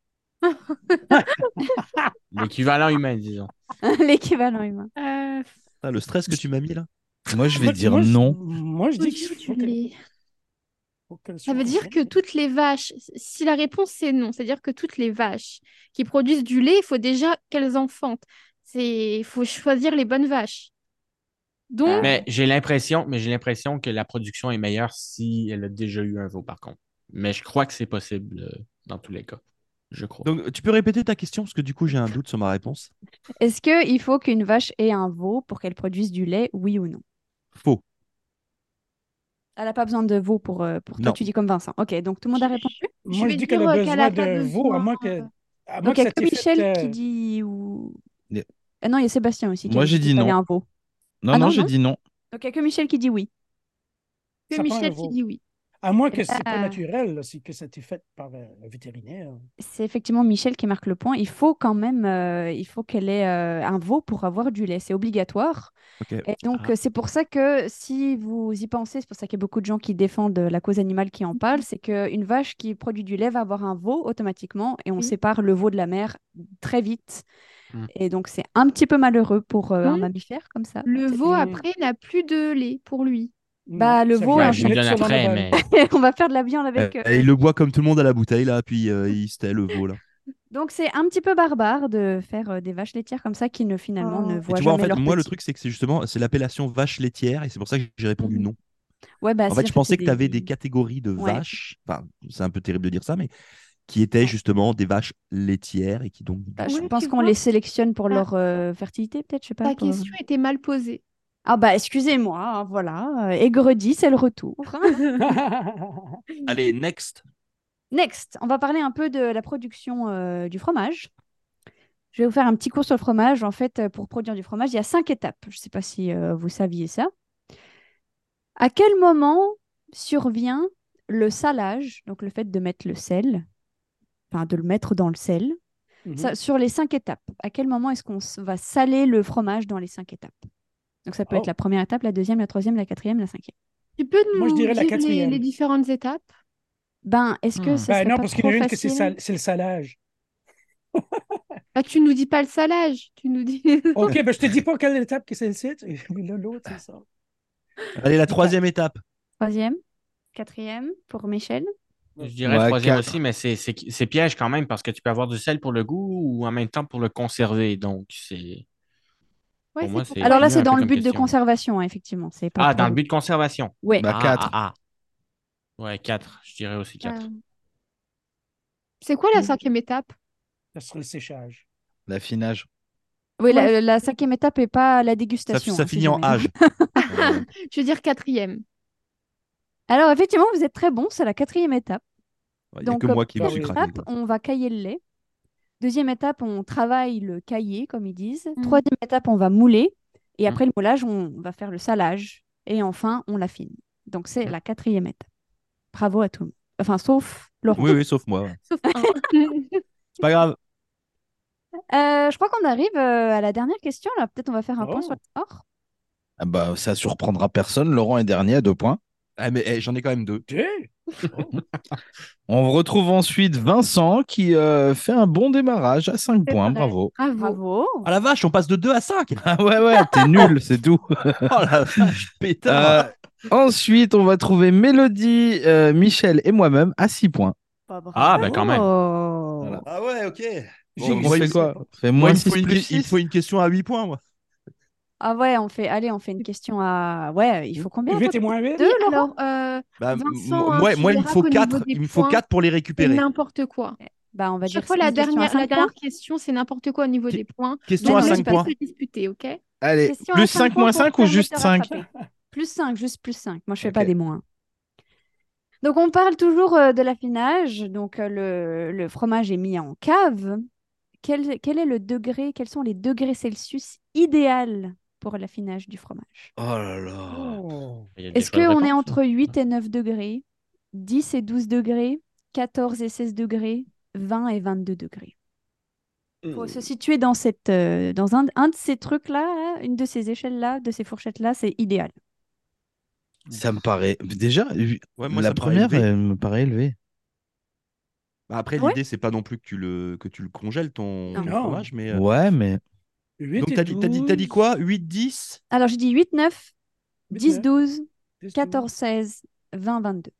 Speaker 5: L'équivalent humain, disons.
Speaker 2: L'équivalent humain.
Speaker 1: Euh,
Speaker 3: Ah, le stress que tu m'as mis là?
Speaker 4: Moi, je vais
Speaker 6: moi,
Speaker 4: dire
Speaker 6: moi, je,
Speaker 4: non.
Speaker 6: moi, je dis qu'il
Speaker 1: produire du
Speaker 6: faut que-
Speaker 1: lait.
Speaker 6: faut qu'elle
Speaker 1: Ça
Speaker 6: soit
Speaker 1: veut dire
Speaker 6: enceinte.
Speaker 1: que toutes les vaches, si la réponse c'est non, c'est-à-dire que toutes les vaches qui produisent du lait, il faut déjà qu'elles enfantent. C'est, il faut choisir les bonnes vaches. Donc,
Speaker 6: Ah.
Speaker 5: Mais j'ai l'impression, mais j'ai l'impression que la production est meilleure si elle a déjà eu un veau, par contre. Mais je crois que c'est possible euh, dans tous les cas. Je crois.
Speaker 3: Donc, tu peux répéter ta question parce que du coup, j'ai un doute sur ma réponse.
Speaker 2: Est-ce qu'il faut qu'une vache ait un veau pour qu'elle produise du lait, oui ou non?
Speaker 3: Faux.
Speaker 2: Elle n'a pas besoin de veau pour, euh, pour toi,
Speaker 3: Non.
Speaker 2: tu dis comme Vincent. Ok, donc tout le monde a
Speaker 1: je,
Speaker 2: répondu?
Speaker 1: je
Speaker 6: Moi, je
Speaker 1: vais
Speaker 6: dis
Speaker 1: dire
Speaker 6: qu'elle a
Speaker 1: euh, qu'elle a
Speaker 6: besoin
Speaker 1: pas
Speaker 6: de veau, à
Speaker 1: besoin.
Speaker 6: moins que, à moins
Speaker 2: Donc
Speaker 6: que
Speaker 2: il n'y
Speaker 6: ça
Speaker 2: a que
Speaker 6: t'ait fait.
Speaker 2: Michel
Speaker 6: euh,
Speaker 2: qui dit ou...
Speaker 4: Yeah.
Speaker 2: Ah non, il y a Sébastien aussi qui
Speaker 4: Moi,
Speaker 2: a
Speaker 4: j'ai
Speaker 2: dit
Speaker 4: dit
Speaker 2: qu'il fallait
Speaker 4: non.
Speaker 2: un veau.
Speaker 4: Non,
Speaker 2: Ah
Speaker 4: non,
Speaker 2: non,
Speaker 4: j'ai
Speaker 2: non.
Speaker 4: dit non.
Speaker 2: Donc il n'y a que Michel qui dit oui.
Speaker 1: Que
Speaker 6: Ça prend un
Speaker 1: Michel qui
Speaker 6: veau.
Speaker 1: dit oui.
Speaker 6: À moins
Speaker 2: Et
Speaker 6: que c'est pas
Speaker 2: là,
Speaker 6: naturel, là, c'est que ça t'est fait par euh, le vétérinaire.
Speaker 2: c'est effectivement Michel qui marque le point. Il faut quand même, euh, il faut qu'elle ait euh, un veau pour avoir du lait. C'est obligatoire.
Speaker 3: Ok.
Speaker 2: Et donc,
Speaker 5: Ah.
Speaker 2: euh, c'est pour ça que si vous y pensez, c'est pour ça qu'il y a beaucoup de gens qui défendent euh, la cause animale qui en parlent, c'est qu'une vache qui produit du lait va avoir un veau automatiquement et on
Speaker 1: Oui.
Speaker 2: sépare le veau de la mère très vite.
Speaker 5: Hmm.
Speaker 2: Et donc, c'est un petit peu malheureux pour euh, un
Speaker 1: Donc,
Speaker 2: mammifère comme ça.
Speaker 1: le
Speaker 2: C'est-
Speaker 1: veau
Speaker 6: Hmm.
Speaker 1: après n'a plus de lait pour lui.
Speaker 2: Bah,
Speaker 6: Non,
Speaker 2: le
Speaker 6: ça
Speaker 2: veau
Speaker 6: vient
Speaker 2: est
Speaker 5: Ben,
Speaker 2: en
Speaker 5: je lui
Speaker 6: direct
Speaker 5: donne
Speaker 6: sur
Speaker 5: après,
Speaker 6: l'emballage.
Speaker 5: mais
Speaker 2: on va faire de la viande avec.
Speaker 3: Euh,
Speaker 2: euh,
Speaker 3: il le boit comme tout le monde à la bouteille là, puis euh, il se tait le veau là.
Speaker 2: Donc, c'est un petit peu barbare de faire euh, des vaches laitières comme ça qui ne finalement ne
Speaker 1: Oh.
Speaker 3: Et
Speaker 2: voient
Speaker 3: tu vois, en
Speaker 2: jamais
Speaker 3: fait,
Speaker 2: leur
Speaker 3: moi, le
Speaker 2: petit.
Speaker 3: truc, c'est que c'est justement, c'est l'appellation vache laitière et c'est pour ça que j'ai répondu
Speaker 1: Mhm.
Speaker 3: non.
Speaker 2: Ouais, bah,
Speaker 3: En fait,
Speaker 2: c'est-à-dire
Speaker 3: je
Speaker 2: que
Speaker 3: pensais
Speaker 2: c'est
Speaker 3: que tu avais
Speaker 2: des...
Speaker 3: des catégories de
Speaker 2: Ouais.
Speaker 3: vaches, enfin, c'est un peu terrible de dire ça, mais qui étaient
Speaker 2: Ouais.
Speaker 3: justement des vaches laitières et qui donc, du
Speaker 2: Bah, je
Speaker 1: Ouais,
Speaker 2: pense
Speaker 1: tu
Speaker 2: qu'on
Speaker 1: vois,
Speaker 2: les sélectionne pour
Speaker 1: ta,
Speaker 2: leur euh, fertilité, peut-être, je sais pas.
Speaker 1: ta
Speaker 2: pour-
Speaker 1: question était mal posée.
Speaker 2: Ah bah, excusez-moi, hein, voilà. euh, Aigredi, c'est le retour.
Speaker 3: Allez, next.
Speaker 2: Next, on va parler un peu de la production euh, du fromage. Je vais vous faire un petit cours sur le fromage. En fait, euh, pour produire du fromage, il y a cinq étapes. Je ne sais pas si euh, vous saviez ça. À quel moment survient le salage, donc le fait de mettre le sel, enfin de le mettre dans le sel,
Speaker 6: Mhm.
Speaker 2: ça, sur les cinq étapes? À quel moment est-ce qu'on s- va saler le fromage dans les cinq étapes? Donc ça peut être
Speaker 6: Oh.
Speaker 2: la première étape, la deuxième, la troisième, la quatrième, la cinquième.
Speaker 1: Tu peux
Speaker 6: Moi, je
Speaker 1: nous
Speaker 6: dirais la
Speaker 1: dire les,
Speaker 6: quatrième.
Speaker 1: les différentes étapes?
Speaker 2: Ben, est-ce que
Speaker 5: Hmm.
Speaker 2: ce
Speaker 6: Ben
Speaker 2: serait
Speaker 6: non,
Speaker 2: pas
Speaker 6: parce qu'il y en
Speaker 2: trop
Speaker 6: a une que c'est
Speaker 2: facile?
Speaker 6: sal- c'est le salage.
Speaker 1: Ah, tu nous dis pas le salage, tu nous dis.
Speaker 6: OK, ben je te dis pas quelle étape que c'est le site. Mais là, l'autre, c'est ça.
Speaker 3: Allez, la troisième étape.
Speaker 2: Troisième, quatrième pour Michel.
Speaker 5: je dirais
Speaker 4: Ouais,
Speaker 5: troisième
Speaker 4: quatre.
Speaker 5: aussi, mais c'est c'est- c'est piège quand même parce que tu peux avoir du sel pour le goût ou en même temps pour le conserver. Donc, c'est
Speaker 1: Ouais,
Speaker 5: pour moi,
Speaker 1: c'est
Speaker 5: c'est
Speaker 2: Alors là,
Speaker 5: ennuyeux
Speaker 2: c'est
Speaker 5: un
Speaker 2: dans
Speaker 5: peu
Speaker 2: le
Speaker 5: comme
Speaker 2: but de
Speaker 5: question.
Speaker 2: conservation, hein, effectivement. C'est pas
Speaker 5: Ah,
Speaker 2: pour
Speaker 5: dans le
Speaker 2: le-
Speaker 5: but de conservation.
Speaker 2: Ouais.
Speaker 4: Bah,
Speaker 5: Ah,
Speaker 4: quatre.
Speaker 5: ah, ah. Ouais, quatre. Je dirais aussi quatre.
Speaker 1: Euh, C'est quoi la cinquième étape?
Speaker 6: Ça sera le séchage.
Speaker 4: L'affinage.
Speaker 2: Oui,
Speaker 1: Ouais,
Speaker 2: la, la cinquième étape n'est pas la
Speaker 3: Ça,
Speaker 2: dégustation.
Speaker 3: ça
Speaker 2: hein, si
Speaker 3: finit en
Speaker 2: jamais.
Speaker 3: âge. Euh,
Speaker 1: je veux dire quatrième.
Speaker 2: Alors, effectivement, vous êtes très bon, c'est la quatrième étape.
Speaker 3: Il n'y a
Speaker 2: Donc,
Speaker 3: que
Speaker 2: euh,
Speaker 3: moi qui me
Speaker 6: bah
Speaker 3: suis
Speaker 6: oui.
Speaker 3: craqué.
Speaker 2: étape,
Speaker 3: quoi.
Speaker 2: on va cailler le lait. Deuxième étape, on travaille le caillé, comme ils disent.
Speaker 1: Mm.
Speaker 2: Troisième étape, on va mouler. Et
Speaker 5: Mm.
Speaker 2: après le moulage, on va faire le salage. Et enfin, on l'affine. Donc, c'est
Speaker 5: Mm.
Speaker 2: la quatrième étape. Bravo à tout le monde. Enfin, sauf Laurent.
Speaker 3: Oui, oui, sauf moi. ouais.
Speaker 1: Sauf un.
Speaker 3: C'est pas grave.
Speaker 2: Euh, je crois qu'on arrive euh, à la dernière question. Là, peut-être on va faire un point
Speaker 6: Oh.
Speaker 2: sur le score.
Speaker 4: Ah bah, ça surprendra personne. Laurent est dernier à deux points.
Speaker 3: Ah, mais eh, j'en ai quand même deux.
Speaker 6: Deux. Oh.
Speaker 4: On retrouve ensuite Vincent qui euh, fait un bon démarrage à cinq
Speaker 1: C'est
Speaker 4: points.
Speaker 1: vrai.
Speaker 4: Bravo.
Speaker 1: Bravo.
Speaker 2: Bravo.
Speaker 3: Ah la vache, on passe de deux à cinq.
Speaker 4: Ah ouais, ouais, t'es nul, c'est tout.
Speaker 3: Oh la vache, pétard.
Speaker 4: Euh, ensuite, on va trouver Mélodie, euh, Michel et moi-même à six points.
Speaker 2: Pas
Speaker 5: Ah, ben quand même.
Speaker 2: bravo.
Speaker 4: Voilà.
Speaker 3: Ah ouais, ok.
Speaker 6: J'ai
Speaker 3: Bon,
Speaker 4: On
Speaker 3: moi,
Speaker 4: fait
Speaker 3: il-
Speaker 4: quoi On fait
Speaker 3: Moi,
Speaker 4: moins
Speaker 3: il, me faut
Speaker 4: six
Speaker 3: une,
Speaker 4: plus
Speaker 3: que- il me
Speaker 4: six.
Speaker 3: faut une question à huit points, moi.
Speaker 2: Ah ouais, on fait. Allez, on fait une question à. Ouais, il faut combien?
Speaker 6: huit
Speaker 2: toi
Speaker 6: et moins huit.
Speaker 2: Deux,
Speaker 1: Oui,
Speaker 2: Laurent
Speaker 1: alors, euh,
Speaker 3: Bah, m-
Speaker 1: Vincent, hein,
Speaker 3: moi,
Speaker 1: tu
Speaker 3: moi, il me
Speaker 1: verras
Speaker 3: faut
Speaker 1: qu'au niveau
Speaker 3: quatre.
Speaker 1: des
Speaker 3: Il me faut
Speaker 1: points,
Speaker 3: quatre pour les
Speaker 1: c'est
Speaker 3: récupérer.
Speaker 1: n'importe quoi.
Speaker 2: Bah, on va
Speaker 1: Chaque
Speaker 2: dire
Speaker 1: fois,
Speaker 2: c'est
Speaker 1: la
Speaker 2: une question à
Speaker 1: dernière, la
Speaker 2: cinq
Speaker 1: dernière
Speaker 2: points.
Speaker 1: question, c'est n'importe quoi au niveau
Speaker 3: Qui-
Speaker 1: des points.
Speaker 3: Question
Speaker 2: Mais
Speaker 3: à
Speaker 2: non,
Speaker 1: Donc,
Speaker 2: c'est
Speaker 3: cinq
Speaker 1: c'est
Speaker 2: pas
Speaker 3: points.
Speaker 1: pas se disputer, ok?
Speaker 4: Allez,
Speaker 2: Question à
Speaker 4: plus
Speaker 2: cinq
Speaker 4: cinq
Speaker 2: points
Speaker 4: moins
Speaker 2: pour
Speaker 4: cinq ou
Speaker 2: permettre
Speaker 4: juste
Speaker 2: de
Speaker 4: cinq?
Speaker 2: rattraper. Plus cinq, juste plus cinq. Moi, je fais
Speaker 4: Ok.
Speaker 2: pas des moins. Donc, on parle toujours euh, de l'affinage. Donc, euh, le, le fromage est mis en cave. Quel, quel est le degré, quels sont les degrés Celsius idéal pour l'affinage du fromage.
Speaker 4: Oh là là.
Speaker 6: Oh.
Speaker 5: Il y a des
Speaker 2: Est-ce
Speaker 5: choix de
Speaker 2: qu'on est
Speaker 5: réponse,
Speaker 2: entre huit et neuf degrés, dix et douze degrés, quatorze et seize degrés, vingt et vingt-deux degrés? Il faut se situer dans, cette, euh, dans un, un de ces trucs-là, hein, une de ces échelles-là, de ces fourchettes-là, c'est idéal.
Speaker 4: Ça me paraît. Déjà,
Speaker 3: Ouais, moi,
Speaker 4: la
Speaker 3: ça me paraît
Speaker 4: première,
Speaker 3: élevé.
Speaker 4: elle me paraît élevée.
Speaker 3: Bah, après,
Speaker 2: Ouais.
Speaker 3: l'idée, c'est pas non plus que tu le, que tu le congèles, ton,
Speaker 2: Non.
Speaker 3: ton
Speaker 6: Non.
Speaker 3: fromage. Mais, euh,
Speaker 4: Ouais, mais.
Speaker 6: huit
Speaker 3: Donc,
Speaker 6: et
Speaker 3: t'as dit, t'as dit, t'as dit
Speaker 6: douze,
Speaker 3: quoi? huit, dix?
Speaker 2: Alors, j'ai dit huit, neuf,
Speaker 6: huit,
Speaker 2: dix,
Speaker 6: neuf,
Speaker 2: douze,
Speaker 6: dix,
Speaker 2: quatorze,
Speaker 6: douze.
Speaker 2: seize, vingt, vingt-deux.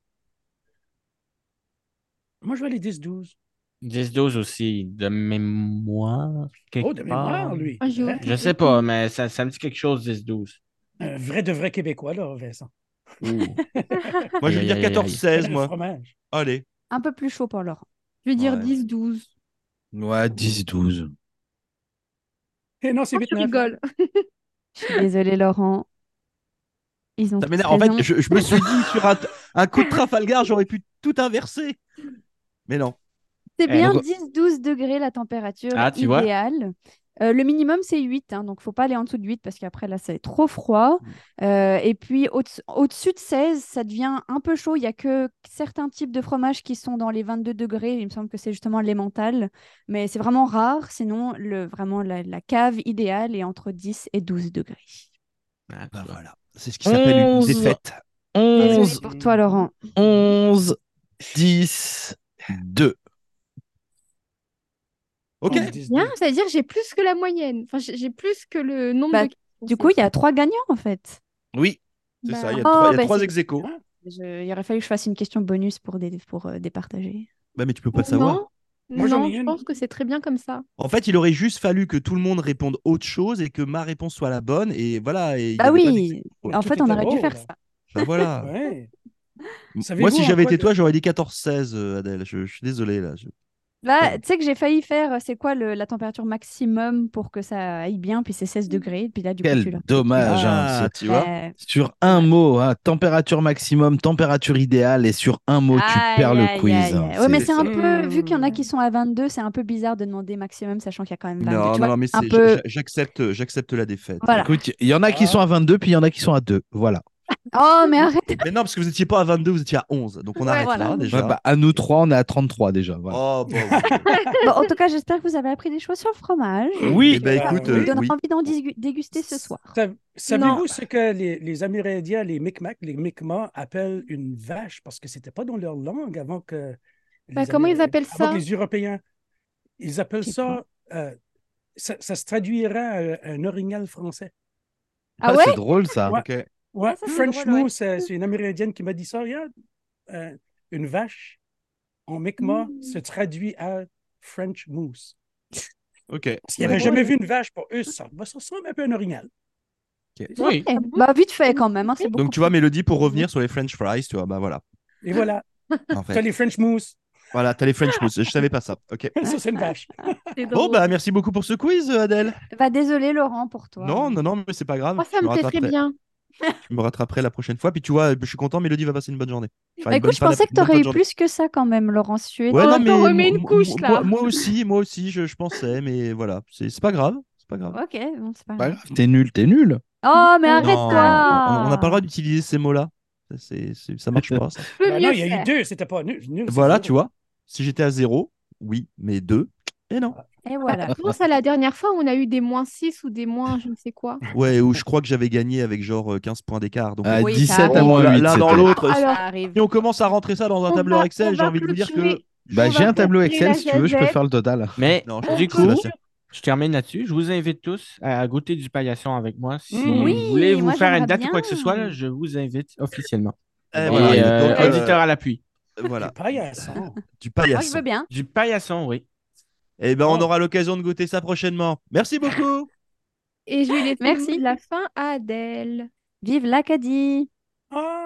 Speaker 6: Moi, je vais aller dix douze.
Speaker 5: dix douze aussi, de mémoire, quelque
Speaker 6: Oh, de
Speaker 5: part.
Speaker 6: mémoire, lui.
Speaker 1: Moi, j'ai
Speaker 6: Hein?
Speaker 1: aucun-
Speaker 5: Je sais pas, mais ça, ça me dit quelque chose, dix douze.
Speaker 6: Un vrai de vrai Québécois, là, Vincent.
Speaker 5: Ouh.
Speaker 3: Moi, je vais
Speaker 5: Aïe,
Speaker 3: dire
Speaker 5: aïe, aïe,
Speaker 3: quatorze,
Speaker 5: aïe.
Speaker 3: seize,
Speaker 6: Le
Speaker 3: moi.
Speaker 6: fromage.
Speaker 3: Allez.
Speaker 2: Un peu plus chaud pour Laurent.
Speaker 1: Je vais dire
Speaker 3: Ouais.
Speaker 1: dix douze.
Speaker 4: Ouais, dix douze.
Speaker 6: Et non, c'est
Speaker 1: Oh,
Speaker 6: huit
Speaker 1: tu
Speaker 6: neuf.
Speaker 1: rigoles.
Speaker 2: Je suis désolée, Laurent. Ils ont
Speaker 3: Ça
Speaker 2: tous
Speaker 3: m'énerve. En fait,
Speaker 2: raison.
Speaker 3: je, je me suis dit, sur un, un coup de Trafalgar, j'aurais pu tout inverser. Mais non.
Speaker 2: C'est
Speaker 5: Eh,
Speaker 2: bien
Speaker 3: donc-
Speaker 2: dix douze degrés la température
Speaker 5: Ah, tu vois?
Speaker 2: idéale. Euh, le minimum, c'est huit, hein, donc faut pas aller en dessous de huit parce qu'après, là, c'est trop froid. Euh, et puis, au- au-dessus de seize, ça devient un peu chaud. Il y a que certains types de fromages qui sont dans les vingt-deux degrés. Il me semble que c'est justement l'emmental. Mais c'est vraiment rare. Sinon, le, vraiment, la, la cave idéale est entre dix et douze degrés.
Speaker 5: Ah, tu
Speaker 3: Bah,
Speaker 5: vois.
Speaker 3: voilà. C'est ce qui s'appelle une
Speaker 4: onze.
Speaker 3: défaite.
Speaker 2: Désolée
Speaker 4: onze,
Speaker 2: pour toi, Laurent.
Speaker 4: onze, dix, deux.
Speaker 3: Ok.
Speaker 6: Oh, dix
Speaker 1: Bien,
Speaker 6: deux.
Speaker 1: ça veut dire que j'ai plus que la moyenne. Enfin, j'ai j'ai plus que le nombre
Speaker 2: Bah,
Speaker 1: de questions.
Speaker 2: Du coup, il y a trois gagnants, en fait.
Speaker 3: Oui, c'est
Speaker 1: Bah,
Speaker 3: ça. Il y a
Speaker 2: oh,
Speaker 3: trois, il y a
Speaker 2: bah,
Speaker 3: trois
Speaker 2: c'est-
Speaker 3: ex aequo.
Speaker 6: Hein?
Speaker 2: Je- Il aurait fallu que je fasse une question bonus pour, dé- pour euh, départager.
Speaker 3: Bah, mais tu peux pas le savoir.
Speaker 1: Non,
Speaker 6: Moi, j'en
Speaker 1: non,
Speaker 6: ai
Speaker 1: je
Speaker 6: une.
Speaker 1: pense que c'est très bien comme ça.
Speaker 3: En fait, il aurait juste fallu que tout le monde réponde autre chose et que ma réponse soit la bonne. Et voilà. Et il y
Speaker 2: Bah
Speaker 3: avait pas
Speaker 2: oui,
Speaker 3: d'ex-aequo.
Speaker 2: en
Speaker 6: Tout
Speaker 2: fait, on
Speaker 6: était
Speaker 2: aurait dû
Speaker 6: beau,
Speaker 2: faire
Speaker 6: là.
Speaker 2: ça.
Speaker 3: Bah, voilà.
Speaker 6: Ouais.
Speaker 3: M-
Speaker 6: Savez-vous
Speaker 3: Moi, si
Speaker 6: en
Speaker 3: j'avais
Speaker 6: quoi
Speaker 3: été
Speaker 6: de-
Speaker 3: toi, j'aurais dit quatorze seize, euh, Adèle. Je, je suis désolé, là. Je-
Speaker 2: Là, tu sais que j'ai failli faire, euh, c'est quoi le- la température maximum pour que ça aille bien, puis c'est seize degrés, puis là, du coup, tu
Speaker 4: Quel
Speaker 2: l'as.
Speaker 4: dommage. hein,
Speaker 3: Ah,
Speaker 4: c'est-
Speaker 3: tu vois.
Speaker 2: Euh,
Speaker 4: Sur un mot, hein, température maximum, température idéale, et sur un mot, tu
Speaker 2: aïe,
Speaker 4: perds le
Speaker 2: aïe,
Speaker 4: quiz.
Speaker 2: aïe,
Speaker 4: hein.
Speaker 2: aïe. Ouais, mais
Speaker 3: C'est
Speaker 2: c'est un
Speaker 6: ça.
Speaker 2: peu, vu qu'il y en a
Speaker 6: Hmm.
Speaker 2: qui sont à vingt-deux, c'est un peu bizarre de demander maximum, sachant qu'il y a quand même vingt-deux.
Speaker 3: Non,
Speaker 2: tu
Speaker 3: non,
Speaker 2: vois,
Speaker 3: non, mais
Speaker 2: un
Speaker 3: c'est-
Speaker 2: peu.
Speaker 3: j'a- j'accepte, j'accepte la défaite.
Speaker 2: Voilà.
Speaker 4: Écoute, il y en a qui
Speaker 6: Ah.
Speaker 4: sont à vingt-deux, puis il y en a qui sont à deux. Voilà.
Speaker 2: Oh, mais arrête.
Speaker 3: Mais non, parce que vous étiez pas à vingt-deux, vous étiez à onze. Donc on
Speaker 1: Ouais,
Speaker 3: arrête
Speaker 2: voilà.
Speaker 3: là déjà.
Speaker 4: Ouais, bah, à nous trois, on est à trente-trois déjà. Voilà.
Speaker 3: Oh, bon. oui.
Speaker 2: Bon, en tout cas, j'espère que vous avez appris des choses sur le fromage.
Speaker 4: Oui.
Speaker 3: Eh ben,
Speaker 6: Ah,
Speaker 3: écoute,
Speaker 6: oui.
Speaker 2: Ça
Speaker 3: euh,
Speaker 2: vous donne
Speaker 3: oui.
Speaker 2: envie d'en dis- déguster ce soir.
Speaker 6: Sav- Savez-vous
Speaker 1: Non.
Speaker 6: ce que les, les Amérindiens, les Micmacs, les Mi'kmaq appellent une vache? Parce que c'était pas dans leur langue avant que.
Speaker 1: Bah,
Speaker 6: les
Speaker 1: comment ils
Speaker 6: Amé-
Speaker 1: appellent
Speaker 6: avant
Speaker 1: ça?
Speaker 6: que les Européens. Ils appellent
Speaker 2: Je sais
Speaker 6: ça. euh, ça, ça se traduirait à un orignal français.
Speaker 2: Ah ouais?
Speaker 4: C'est drôle ça.
Speaker 6: Ouais.
Speaker 3: Ok.
Speaker 6: Ouais,
Speaker 2: Ah, ça, c'est
Speaker 6: French
Speaker 2: drôle, ouais.
Speaker 6: Moose, c'est c'est une Amérindienne qui m'a dit ça. Regarde, euh, une vache en Mi'kmaq
Speaker 2: Mm.
Speaker 6: se traduit à French Moose.
Speaker 3: Ok.
Speaker 6: Parce qu'ils n'avaient
Speaker 2: drôle.
Speaker 6: jamais vu une vache pour eux. Ça, bah, ça ressemble un peu à un orignal.
Speaker 5: Oui.
Speaker 2: Eh, bah, vite fait quand même. Hein, c'est beaucoup
Speaker 3: Donc tu vois,
Speaker 2: plus-
Speaker 3: Mélodie, pour revenir sur les French fries, tu vois, bah voilà.
Speaker 6: Et voilà.
Speaker 3: En
Speaker 6: T'as
Speaker 3: fait,
Speaker 6: les French Moose.
Speaker 3: voilà, t'as les French mousse. Je savais pas ça. Ok.
Speaker 6: Ça, c'est une vache.
Speaker 1: C'est
Speaker 3: Bon,
Speaker 1: drôle.
Speaker 3: bah merci beaucoup pour ce quiz, Adèle.
Speaker 2: Bah, désolé, Laurent, pour toi.
Speaker 3: Non, non, non, mais c'est pas grave.
Speaker 1: Moi, ça
Speaker 3: Je
Speaker 1: me plaît très
Speaker 3: rattraperai.
Speaker 1: bien.
Speaker 3: Je me rattraperai la prochaine fois. Puis tu vois, je suis content, Mélodie va passer une bonne journée. Enfin,
Speaker 2: Bah,
Speaker 3: une bonne
Speaker 2: écoute, je
Speaker 3: fin
Speaker 2: pensais que
Speaker 3: d'après- une bonne
Speaker 2: tu aurais
Speaker 3: fin
Speaker 2: eu
Speaker 3: de journée.
Speaker 2: plus que ça quand même, Laurent. Si tu es-
Speaker 3: Ouais,
Speaker 1: Oh,
Speaker 3: non,
Speaker 1: t'en
Speaker 3: mais
Speaker 1: remets
Speaker 3: mo-
Speaker 1: une couche,
Speaker 3: mo-
Speaker 1: là.
Speaker 3: Moi, moi aussi, moi aussi, je, je pensais, mais voilà, c'est c'est pas grave. C'est pas grave.
Speaker 2: Ok, bon, c'est pas
Speaker 4: Pas
Speaker 2: grave.
Speaker 4: grave, t'es nul, t'es nul.
Speaker 2: Oh, mais
Speaker 1: Non,
Speaker 2: arrête-toi!
Speaker 3: on on n'a pas le droit d'utiliser ces mots-là. Ça, c'est- c'est- ça marche pas. ça.
Speaker 1: Je peux
Speaker 6: Ben
Speaker 1: mieux
Speaker 6: non, il y a
Speaker 1: faire.
Speaker 6: eu deux, c'était pas nul. nul, c'est
Speaker 3: Voilà,
Speaker 6: zéro.
Speaker 3: tu vois. Si j'étais à zéro, oui, mais deux, et non.
Speaker 2: Et voilà.
Speaker 1: Comment ça, la dernière fois, on a eu des moins six ou des moins je ne sais quoi.
Speaker 3: Ouais, où je crois que j'avais gagné avec genre euh, quinze points d'écart. Donc,
Speaker 4: À
Speaker 3: euh,
Speaker 2: Oui, ça
Speaker 4: dix-sept à
Speaker 2: arrive.
Speaker 4: moins
Speaker 3: l'un
Speaker 4: huit.
Speaker 3: l'un dans
Speaker 4: c'était.
Speaker 3: l'autre.
Speaker 1: Alors,
Speaker 2: Ça arrive.
Speaker 3: Si on commence à rentrer ça dans un
Speaker 1: On
Speaker 3: tableur
Speaker 1: va-
Speaker 3: Excel,
Speaker 1: on
Speaker 3: j'ai
Speaker 1: va
Speaker 3: envie de vous dire que.
Speaker 1: clôturer.
Speaker 4: Bah,
Speaker 1: On
Speaker 4: j'ai
Speaker 1: va
Speaker 4: un tableau
Speaker 1: clôturer
Speaker 4: Excel,
Speaker 1: la
Speaker 4: si tu veux, je peux
Speaker 1: jazette.
Speaker 4: faire le total.
Speaker 5: Mais
Speaker 3: Non, je
Speaker 5: du
Speaker 3: pense que
Speaker 5: coup,
Speaker 3: Sébastien.
Speaker 5: je termine là-dessus. Je vous invite tous à goûter du paillasson avec moi. Si
Speaker 6: Mmh.
Speaker 2: Oui,
Speaker 5: vous voulez vous
Speaker 2: moi,
Speaker 5: faire une
Speaker 2: j'aimerais
Speaker 5: date ou quoi que ce
Speaker 2: bien.
Speaker 5: soit, là, je vous invite officiellement.
Speaker 3: Eh,
Speaker 5: Et
Speaker 3: voilà.
Speaker 5: euh,
Speaker 3: Donc, euh,
Speaker 5: auditeur à l'appui.
Speaker 3: voilà,
Speaker 6: Du paillasson.
Speaker 3: du
Speaker 2: Moi, je
Speaker 3: paillasson.
Speaker 2: veux bien.
Speaker 5: Du paillasson, oui.
Speaker 3: Eh ben, on
Speaker 6: Oh.
Speaker 3: aura l'occasion de goûter ça prochainement. Merci beaucoup.
Speaker 1: Et je vais laisser le
Speaker 2: Merci.
Speaker 1: mot de la fin à Adèle.
Speaker 2: Vive l'Acadie!
Speaker 6: Ah!